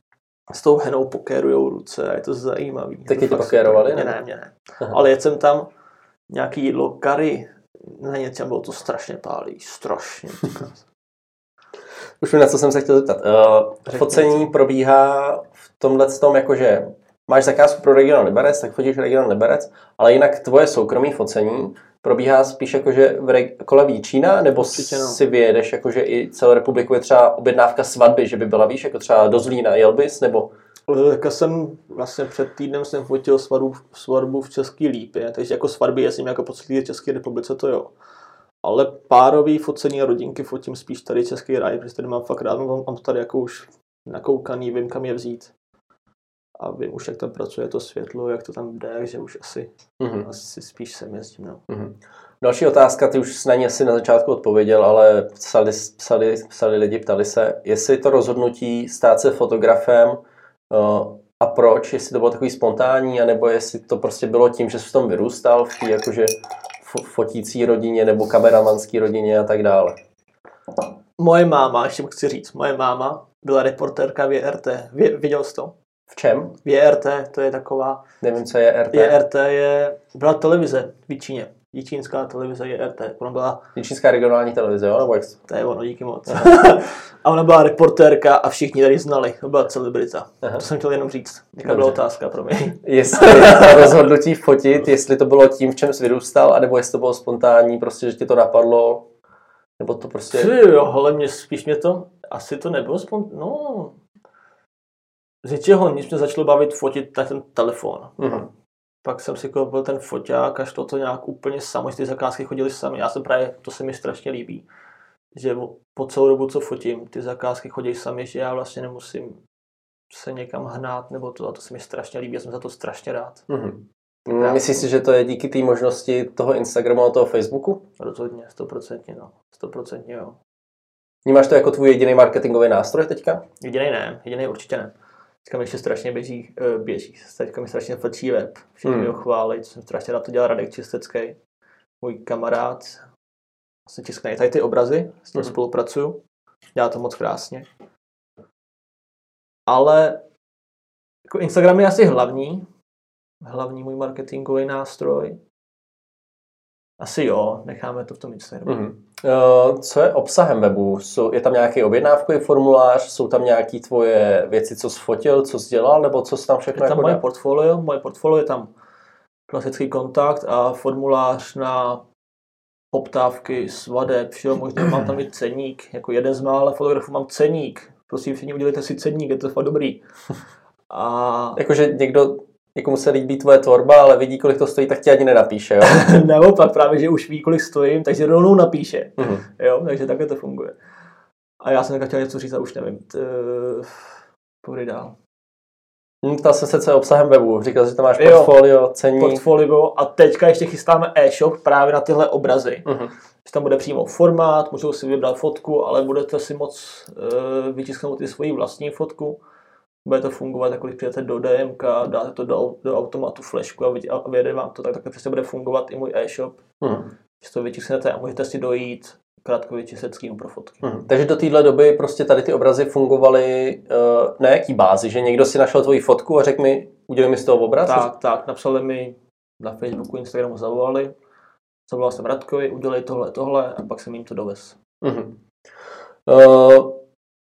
s tou henou pokérujou ruce a je to zajímavý. Taky to ti pokérovali? Ne, ne, mě ne. Aha. Ale jet jsem tam nějaký jídlo, curry, na něčem bylo to strašně pálí, strašně. Už mi na co jsem se chtěl zeptat. Uh, focení probíhá v tomhle tom, jakože máš zakázku pro region Liberec, tak fotíš region Liberec, ale jinak tvoje soukromé focení probíhá spíš jakože v reg- kolem Jičína, nebo Určitě, no. si vyjedeš jakože i celou republiku je třeba objednávka svatby, že by byla, víš, jako třeba do Zlína, jel bys, nebo... Tak jsem vlastně před týdnem jsem fotil svatbu, svatbu v České Lípě, takže jako svatby jezdím jako po celé České republice, to jo. Ale párový focení a rodinky fotím spíš tady Český ráj, protože tady mám fakt rád, mám, mám tady jako už nakoukaný, vím kam je vzít. A vím už, jak tam pracuje to světlo, jak to tam jde, že už asi, mm-hmm. asi spíš sem jezdím. No. Mm-hmm. Další otázka, ty už na ní asi na začátku odpověděl, ale psali, psali, psali lidi, ptali se, jestli to rozhodnutí stát se fotografem uh, a proč, jestli to bylo takový spontánní, anebo jestli to prostě bylo tím, že jsi v tom vyrůstal, v té jakože fotící rodině nebo kameramanské rodině a tak dále. Moje máma, ještě chci říct, moje máma byla reportérka V R T. Vě, viděl jsi to? V čem? V R T, to je taková... Nevím, co je R T. V R T je... Byla televize v Jičíně. Jičínská televize je R T. Ona byla... Jičínská regionální televize, jo? Nebo jak... To je ono, díky moc. A ona byla reportérka a všichni tady znali. To byla celebrita. Aha. To jsem chtěl jenom říct. Jaká byla otázka pro mě. Jestli rozhodnutí fotit, jestli to bylo tím, v čem jsi vyrůstal, anebo jestli to bylo spontánní, prostě, že ti to napadlo, nebo to prostě... Jo, ale mě, spíš mě to... Asi to nebylo spontánní. No... Z něčeho nic mě začalo bavit fotit tak ten telefon. Mm-hmm. Pak jsem si koupil ten foťák a šlo to nějak úplně samo, že ty zakázky chodily sami. Já jsem právě, to se mi strašně líbí, že po celou dobu, co fotím, ty zakázky chodí sami, že já vlastně nemusím se někam hnát, nebo to, a to se mi strašně líbí, já jsem za to strašně rád. Mm-hmm. Myslíš si, že to je díky té možnosti toho Instagramu a toho Facebooku? Rozhodně, stoprocentně, no. Stoprocentně, jo. Vnímáš to jako tvůj jediný marketingový nástroj teďka? Jediný ne, jediný určitě ne. Teďka mi ještě strašně běží, uh, běží. Teďka mi strašně frčí web. Všichni hmm. mi ho chválí, co jsem strašně rád to dělal Radek Čistecký, můj kamarád. Vlastně tiskne tady ty obrazy, s tím hmm. spolupracuju. Dělá to moc krásně. Ale jako Instagram je asi hlavní, hlavní můj marketingový nástroj. Asi jo, necháme to v tom Instagramu. Hmm. Uh, co je obsahem webu? Jsou, je tam nějaký objednávkový formulář? Jsou tam nějaké tvoje věci, co jsi fotil, co jsi dělal, nebo co jsi tam všechno? Je tam jako moje dá? portfolio, moje portfolio je tam klasický kontakt a formulář na poptávky, svadeb, všeho možná. Mám tam i ceník, jako jeden z mála fotografů mám ceník. Prosím, všichni udělejte si ceník, je to fakt dobrý. A... Jakože někdo, někomu se líbí tvoje tvorba, ale vidí, kolik to stojí, tak ti ani nenapíše, jo? Naopak, právě, že už ví, kolik stojím, takže rovnou napíše. Mm-hmm. Jo, takže takhle to funguje. A já jsem tak chtěl něco říct a už nevím. Půjde dál. Ptal jsem se, co je obsahem webu. Říkal jsi, že tam máš portfolio, ceník. Portfolio a teďka ještě chystáme e-shop právě na tyhle obrazy. Mm-hmm. Že tam bude přímo formát, můžou si vybrat fotku, ale budete si moc uh, vytisknout i svoji vlastní fotku. Bude to fungovat, jako když přijete do D M ka, dáte to do, do automatu flešku a vyjede vám to, tak takhle přesně bude fungovat i můj e-shop. Mm. Že to vytisknete a můžete si dojít Krátkovi Čiseckýmu pro fotky. Mm. Takže do téhle doby prostě tady ty obrazy fungovaly uh, na jaký bázi? Že někdo si našel tvoji fotku a řekl mi, udělej mi z toho obraz? Tak, tak, napsali mi na Facebooku, Instagramu zavolali. Zavolal jsem Radkovi, udělej tohle, tohle a pak jsem jim to dovez. Mm. Uh,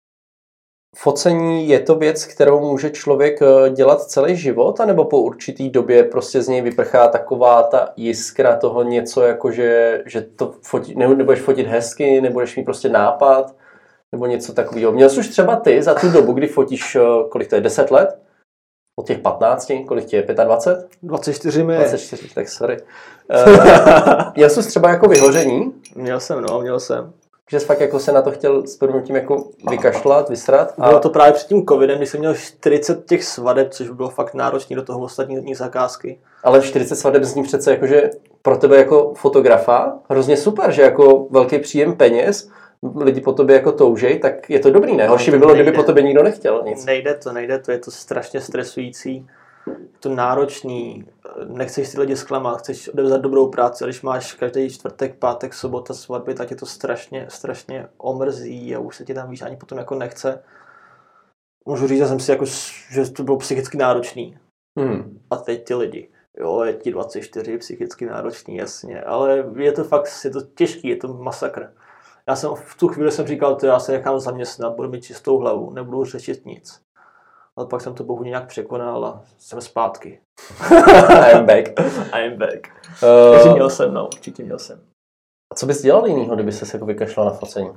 Focení je to věc, kterou může člověk dělat celý život, anebo po určitý době prostě z něj vyprchá taková ta jiskra toho něco, jako že, že to fotí, ne, nebudeš fotit hezky, nebudeš mít prostě nápad, nebo něco takového. Měl jsi už třeba ty za tu dobu, kdy fotíš, kolik to je, deset let? Od těch patnácti, kolik ti je, dvacet pět? dvacet čtyři mi dvacet čtyři, tak sorry. Uh, měl jsi třeba jako vyhoření? Měl jsem, no, měl jsem. Že jsi fakt jako se na to chtěl s prvním jako vykašlat, vysrat. A... Bylo to právě před tím covidem, když jsem měl čtyřicet těch svadeb, což bylo fakt náročný do toho ostatní zakázky. Ale čtyřicet svadeb zní přece jakože pro tebe jako fotografa hrozně super, že jako velký příjem peněz, lidi po tobě jako toužej, tak je to dobrý, ne? Horší by bylo, nejde. Kdyby po tobě nikdo nechtěl nic. Nejde to, nejde to, je to strašně stresující. Je to náročný, nechceš ty lidi zklamat, chceš odevzdat dobrou práci, a když máš každý čtvrtek, pátek, sobota svatby, tak je to strašně, strašně omrzí a už se ti tam víš ani potom jako nechce. můžu říct, že jsem si jako, že to bylo psychicky náročný. Hmm. A teď ty lidi, jo, je ti dvacet čtyři, psychicky náročný, jasně, ale je to fakt, je to těžký, je to masakr. Já jsem v tu chvíli jsem říkal, to já se nechám zaměstnat, budu mít čistou hlavu, nebudu řešit nic. Ale pak jsem to bohu nějak překonal a jsem zpátky. I am back. I am back. Uh, Takže měl jsem, no, určitě měl jsem. A co bys dělal jinýho, kdyby ses jako vykašlal na focení?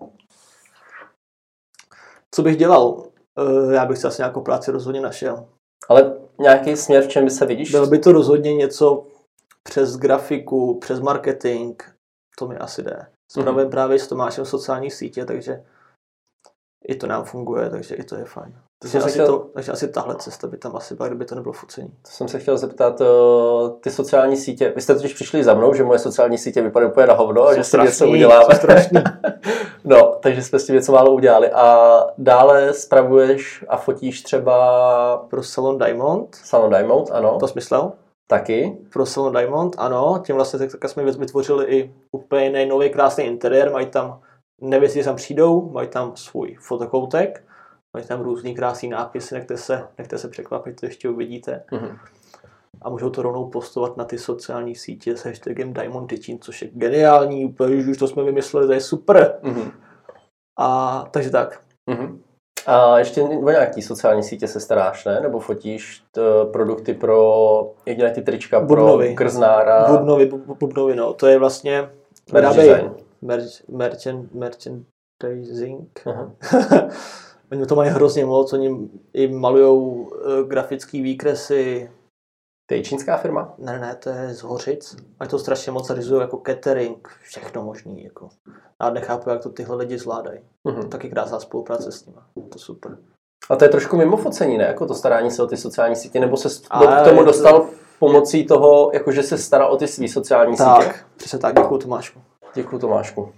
Co bych dělal? Uh, já bych si asi nějakou práci rozhodně našel. Ale nějaký směr, v čem by se vidíš? Bylo by to rozhodně něco přes grafiku, přes marketing, to mi asi jde. Spravujeme mm-hmm. právě s Tomášem sociální sítě, takže i to nám funguje, takže i to je fajn. Takže asi, chtěl... to, takže asi tahle cesta by tam asi byla, kdyby to nebylo focení. To jsem se chtěl zeptat, ty sociální sítě, vy jste totiž přišli za mnou, že moje sociální sítě vypadají úplně na hovno a že s tím něco uděláme. No, takže jsme s tím něco málo udělali. A dále spravuješ a fotíš třeba... Pro Salon Diamond. Salon Diamond, ano. To jsi myslel? Taky. Pro Salon Diamond, ano. Tím vlastně tak jsme vytvořili i úplně nový krásný interiér. Mají tam, nevěci, že tam přijdou, mají tam svůj fotokoutek, mají tam různý krásný nápisy, nechte se, nechte se překvapit, to ještě uvidíte. Mm-hmm. A můžou to rovnou postovat na ty sociální sítě s hashtagem Diamond Tichin, což je geniální, úplně, už to jsme vymysleli, to je super. Mm-hmm. A takže tak. Mm-hmm. A ještě o nějaký sociální sítě se staráš, ne? Nebo fotíš t, produkty pro, jak dělají ty trička, Bubnovy. Pro krznára? Bubnovy, bu, bubnovy, no. To je vlastně merch, merchant, merchandising. Uh-huh. Oni to mají hrozně moc, oni i malujou uh, grafické výkresy. To je čínská firma? Ne, ne, to je z Hořic. A to strašně moc zařizují jako catering, všechno možný. Jako. Já nechápu, jak to tyhle lidi zvládají. Uh-huh. Taky krásná spolupráce s nimi. To super. A to je trošku mimo focení, ne? Jako to starání se o ty sociální sítě, nebo se k tomu dostal to... pomocí toho, jakože se staral o ty svý sociální tak, sítě? Tak, přesně tak. Děkuju, Tomášku. Děkuju, Tomášku.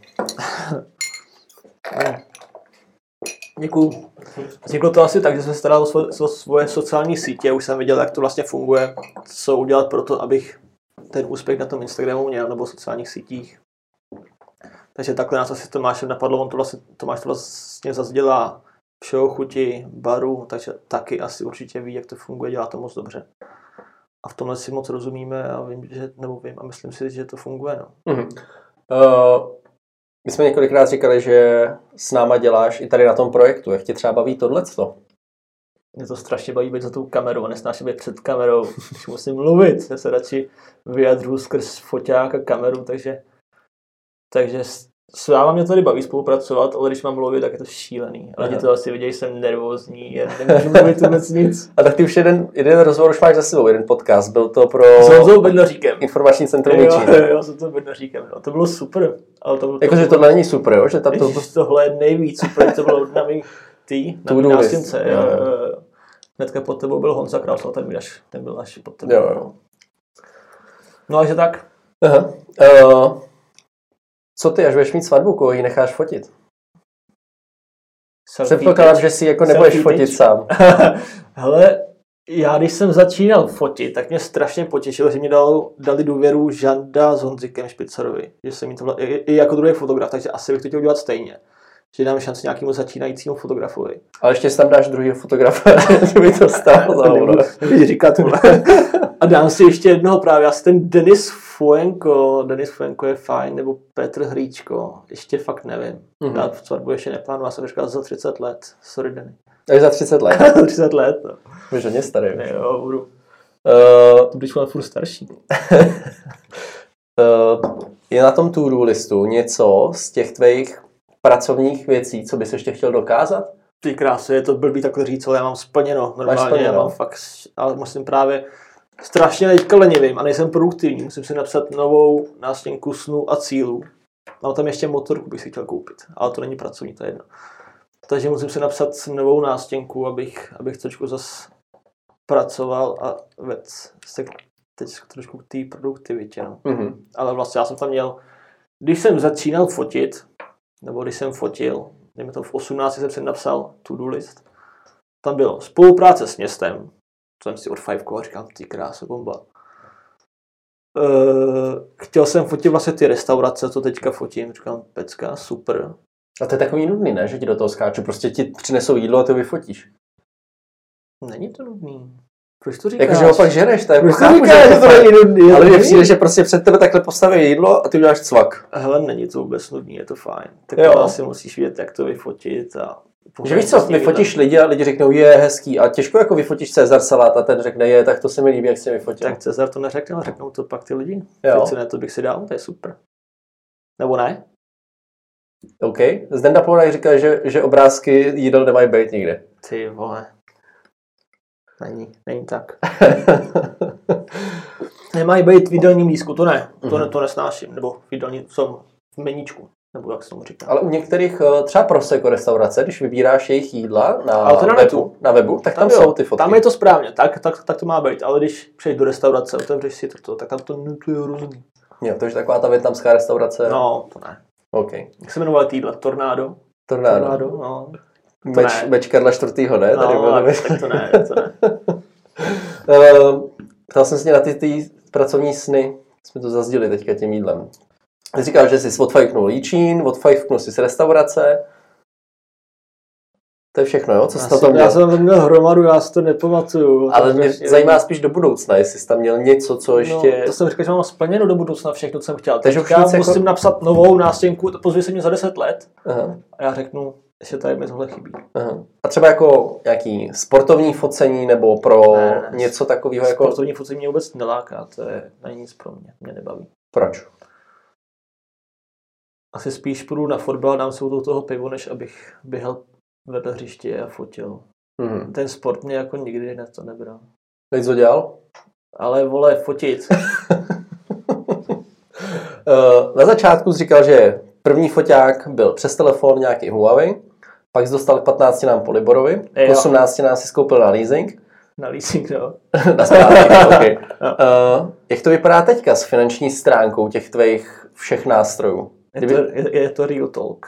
Děkuju. Vzniklo to asi tak, že jsem se staral o svoje, o svoje sociální sítě. Už jsem viděl, jak to vlastně funguje, co udělat pro to, abych ten úspěch na tom Instagramu měl, nebo sociálních sítích. Takže takhle nás asi Tomášem napadlo, on to vlastně, Tomáš to vlastně zase dělá všeho chuti, baru, takže taky asi určitě ví, jak to funguje, dělá to moc dobře. A v tomhle si moc rozumíme a vím, že, nebo vím a myslím si, že to funguje. No. Mm-hmm. Uh, my jsme několikrát říkali, že s náma děláš i tady na tom projektu. Jak tě třeba baví tohleto? Mě to strašně baví být za tou kamerou a nesnáším být před kamerou, když musím mluvit. Já se radši vyjadřuju skrz foťák a kameru, takže, takže s váma mě tady baví spolupracovat, ale když mám mluvit, tak je to šílený. Ale ti to asi vidějí, jsem nervózní, já nemůžu mluvit vůbec nic. A tak ty už jeden, jeden rozhovor už máš za sebou, jeden podcast, byl to pro informační centrum Jičín. Jo, jo, jsem to Bednaříkem, no. To bylo super. Ale to bylo, jakože to tohle není super, jo? Že tam to... Tohle je nejvíc super, to bylo na mý tý, na mý nástěnce. Jo, jo, jo. Hnedka pod tebou byl Honza Kraus, ten byl až, ten byl až pod tebou. Jo, jo. No takže tak. Aha. Uh... Co ty, až budeš mít svatbu, koho ji necháš fotit? Předpokládám, že si jako nebudeš fotit pitch. Sám. Hele, já když jsem začínal fotit, tak mě strašně potěšilo, že mi dal, dali důvěru Žanda s Honzikem Špicarovi. Že jsem jí to i, i jako druhý fotograf, takže asi bych to chtěl dělat stejně. Že dám šanci nějakému začínajícímu fotografovi. Ale ještě si tam dáš druhýho fotografa, že by to stálo za nebudu, nebudu říkat tohle. A dám si ještě jednoho právě, asi ten Denis Fuenko, Denis Fuenko je fajn, nebo Petr Hříčko, ještě fakt nevím. Mm-hmm. Já v svatbu ještě neplánuji, já jsem říkal za třicet let, sorry Denny. Takže za třicet let? Za třicet let, no. Budeš hodně starý. Ne, jo, budu. Uh, to když mám furt starší. uh, je na tom to-do listu něco z těch tvých pracovních věcí, co bys ještě chtěl dokázat? Ty krásy, je to blbý takhle říct, ale já mám splněno. Normálně splněno. Já mám fakt, ale musím právě strašně teďka lenivým a nejsem produktivní. Musím si napsat novou nástěnku snů a cílů. Mám tam ještě motorku, bych si chtěl koupit, ale to není pracovní, to je jedno. Takže musím si napsat novou nástěnku, abych, abych trošku zase pracoval a vedl se teď trošku k té produktivitě. No. Mm-hmm. Ale vlastně já jsem tam měl, když jsem začínal fotit, nebo když jsem fotil, dejme to v osmnácti jsem si napsal to-do list, tam bylo spolupráce s městem, to jsem si odfajfkoval a říkám, ty krása, bomba. Uh, chtěl jsem fotit vlastně ty restaurace, co teďka fotím, říkám, pecka, super. A to je takový nudný, ne? Že ti do toho skáču, prostě ti přinesou jídlo a ty vyfotíš. Není to nudný. Proč to říkáš? Jakože ho pak žereš, to je Proč to říkáš, že to není nudný? Ale mně přijde, že prostě před tebe takhle postaví jídlo a ty uděláš cvak. Hele, není to vůbec nudný, je to fajn. Tak asi musíš vědět, jak to vyfotit a... Že víš co, vyfotíš lidi a lidi řeknou, je hezký a těžko jako vyfotíš Cezar salát a ten řekne, je, tak to se mi líbí, jak jsi vyfotil. Tak Cezar to neřekne, ale řeknou to pak ty lidi. Jo. Teď si ne, to bych si dal, to je super. Nebo ne? OK. Zdenda Pohodaj říká, že, že obrázky jídel nemají být nikde. Ty vole. Není, není tak. Nemají být v jídelním lístku, to ne, to, ne, to nesnáším, nebo v jídelním, jsou v meníčku, nebo jak se tomu říká. Ale u některých, třeba Prosecco restaurace, když vybíráš jejich jídla na, ale to na, webu, na webu, tak tam, tam jsou ty fotky. Tam je to správně, tak, tak, tak to má být, ale když přejdeš do restaurace, otevřeš si to, tak tam to, to je hrozný. Jo, to je taková ta vietnamská restaurace. No, to ne. OK. Jak se jmenoval týdla? Tornádo? Tornádo. Tornádo, no. Meč, meč Karla čtvrtého, ne? Tady no, ale, tak to ne, to ne. uh, ptal jsem se na ty, ty pracovní sny, jsme to zazdili teďka tím jídlem. Ty říkal, že jsi odfajknul Jičín, odfajknul jsi z restaurace. To je všechno, jo? Co jsi já, tam měl? Já jsem tam měl hromadu, já si to nepamatuju. Ale mě zajímá spíš do budoucna, jestli jsi tam měl něco, co ještě... No, to jsem říkal, že mám splněno do budoucna všechno, co jsem chtěl. Takže já musím jako... napsat novou nástěnku, pozvi se mě za deset let. Aha. A já řeknu, že tady mi tohle chybí. Aha. A třeba jako nějaký sportovní focení nebo pro ne, ne, něco takového jako... Sportovní focení mě vůbec neláká, to je není nic pro mě, mě nebaví. Proč? Asi spíš půjdu na fotbal, dám si u toho pivo, než abych běhal vedle hřiště a fotil. Mm. Ten sport mě jako nikdy ne, to nebral. Teď co dělal? Ale vole, fotit. Na začátku jsi říkal, že první foťák byl přes telefon nějaký Huawei, pak jsi dostal k patnácti nám po Liborovi, k osmnácti nám si skoupil na leasing. Na leasing, no. Na správně, okay. uh, Jak to vypadá teďka s finanční stránkou těch tvých všech nástrojů? Je to, je, je to real talk.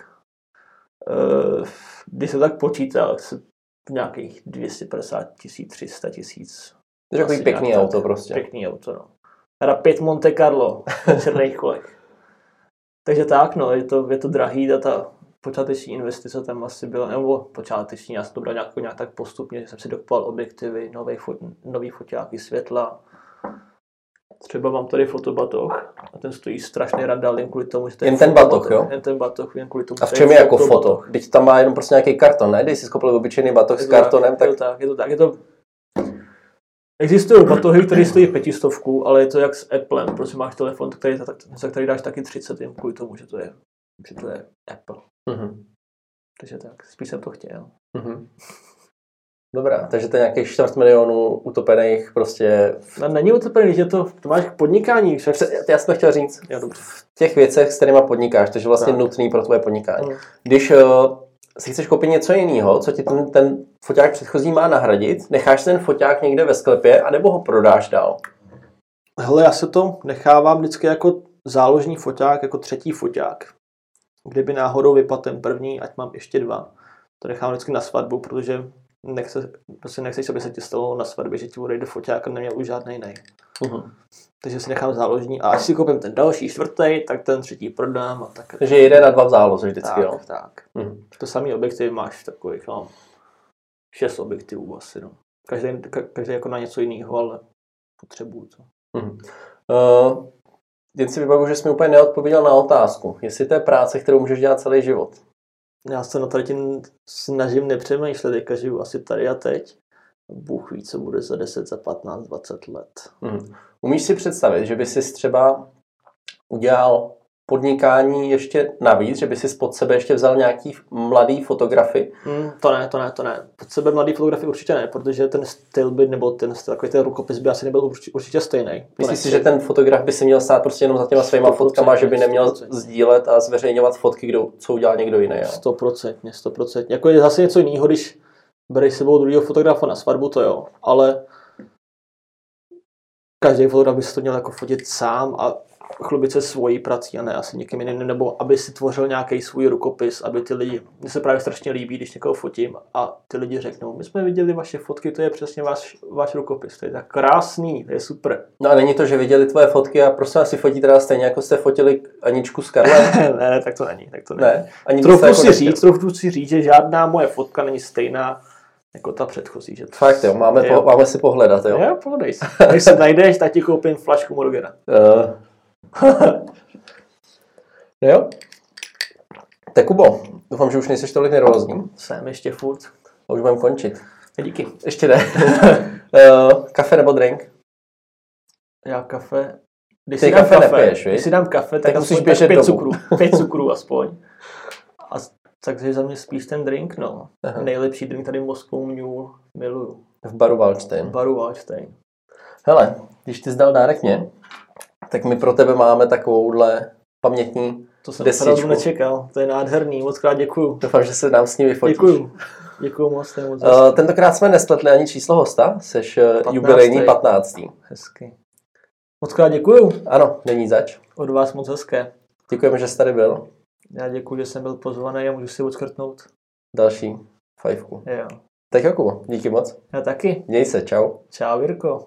Uh, když se tak počítá, tak se v nějakých dvě stě padesát tisíc, tři sta tisíc. To je takový pěkný auto prostě. Pěkný auto, no. Teda pět Monte Carlo na černých kolech. Takže tak, no, je to, je to drahý, ta počáteční investice tam asi byla, nebo počáteční, já jsem to bral nějak, nějak tak postupně, že jsem si dokupoval objektivy, nový, fot, nový foťáky, světla. Třeba mám tady fotobatoh a ten stojí strašný randál jen kvůli tomu, že to je jen ten batoh, jo? Jen ten batoh, jen kvůli tomu. A v čem je jako foto? Když tam má jenom prostě nějaký karton, ne? Když si skoupil obyčejný batoh s kartonem, tak... Je to tak, je to tak, je to... Existují batohy, které stojí pětistovku, ale je to jak s Applem, prostě máš telefon, který, který dáš taky třicet jen kvůli tomu, že to je, že to je Apple. Mm-hmm. Takže tak, spíš jsem to chtěl. Mm-hmm. Dobrá, takže to je nějakých čtvrt milionu utopených prostě... No, není utopený, že to, to máš k podnikání. Však... Já jsem to chtěl říct. Já, dobře. V těch věcech, s kterýma podnikáš, to je vlastně tak. Nutný pro tvoje podnikání. Mm. Když uh, si chceš koupit něco jiného, co ti ten, ten foťák předchozí má nahradit, necháš ten foťák někde ve sklepě, anebo ho prodáš dál? Hele, já se to nechávám vždycky jako záložní foťák, jako třetí foťák. Kdyby náhodou vypadl ten první, ať mám ještě dva. To nechám vždycky na svatbu, protože nechce, prostě nechceš, aby se ti stalo na svatbě, že ti odejde foťák a neměl už žádnej jiný. Uh-huh. Takže si nechám záložní a až si koupím ten další, čtvrtý, tak ten třetí prodám. A tak... Takže jeden na dva v záloze vždycky, tak, jo? Tak, uh-huh. To samý objektiv máš takových, no, šest objektivů asi, no. Každý, ka- každý jako na něco jiného, ale potřebuju to. Uh-huh. Uh, jen si vybavu, že jsi mi úplně neodpověděl na otázku. Jestli to je práce, kterou můžeš dělat celý život. Já se na tady tím snažím nepřemýšlet, teďka žiju asi tady a teď. Bůh ví, co bude za deset, za patnáct, dvacet let. Hmm. Umíš si představit, že by si třeba udělal podnikání ještě navíc, že by si pod sebe ještě vzal nějaký mladý fotografy? Hmm, to ne, to ne, to ne. Pod sebe mladý fotografy určitě ne, protože ten styl by, nebo ten styl, takový ten rukopis by asi nebyl určitě, určitě stejný. Myslíš si, že ten fotograf by si měl stát prostě jenom za těma svýma fotkama, že by neměl sto procent sdílet a zveřejňovat fotky, kdo, co udělal někdo jiný? sto procent, sto procent. Jako je zase něco jiného, když bereš sebou druhého fotografa na svatbu, to jo, ale každý fotograf by si to měl jako fotit sám a chlubit se svojí prací a ne asi někým jiným, nebo aby si tvořil nějaký svůj rukopis, aby ty lidi, mně se právě strašně líbí, když někoho fotím a ty lidi řeknou, my jsme viděli vaše fotky, to je přesně váš, váš rukopis, to je tak krásný, to je super. No a není to, že viděli tvoje fotky a prostě asi fotí teda stejně, jako jste fotili Aničku s Karlem? Ne, tak to není, tak to není. Ne? Ani trochu si říct, trochu si říct, že žádná moje fotka není stejná Jako ta předchozí. Že to... Fakt jo, máme, jo. Po, máme si pohledat, jo. Jo, pohodej si. Když se najdeš, tak ti koupím flašku Morgana. Uh. Jo. Tak Kubo, doufám, že už nejseš tolik nervózní. Jsem ještě furt. A už budeme končit. Díky. Ještě ne. uh, kafe nebo drink? Já kafe. Když Ty si dám kafe kafe, nepiješ, když si dám kafe, tak, tak tak musíš aspoň běžet pět domů. cukrů. Pět cukrů aspoň. A takže za mě spíš ten drink, no. Aha. Nejlepší drink tady v Moscow Mule miluju. V baru Waldstein. V baru Waldstein. Hele, když ty jsi dal dárek mě, tak my pro tebe máme takovouhle pamětní To jsem desičku. opravdu nečekal. To je nádherný. Moc krát děkuju. Doufám, že se nám s ní vyfotíš. Děkuju. Děkuju moc. To je moc uh, tentokrát jsme nespletli ani číslo hosta. Seš uh, jubilejní patnáctý. Hezky. Moc krát děkuju. Ano, není zač. Od vás moc hezké. Děkujeme, že jsi tady byl. Já děkuji, že jsem byl pozvaný a můžu si odškrtnout další fajfku. Jo. Tak jo, Kubo, díky moc. Já taky. Měj se, čau. Čau, Jirko.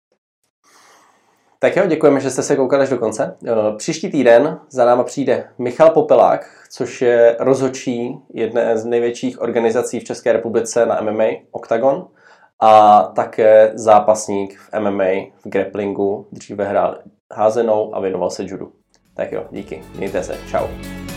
Tak jo, děkujeme, že jste se koukali až do konce. Příští týden za náma přijde Michal Popelák, což je rozhodčí jedné z největších organizací v České republice na M M A, Octagon, a také zápasník v M M A, v grapplingu, dříve hrál házenou a věnoval se judu. Tak jo, díky, mějte se, čau.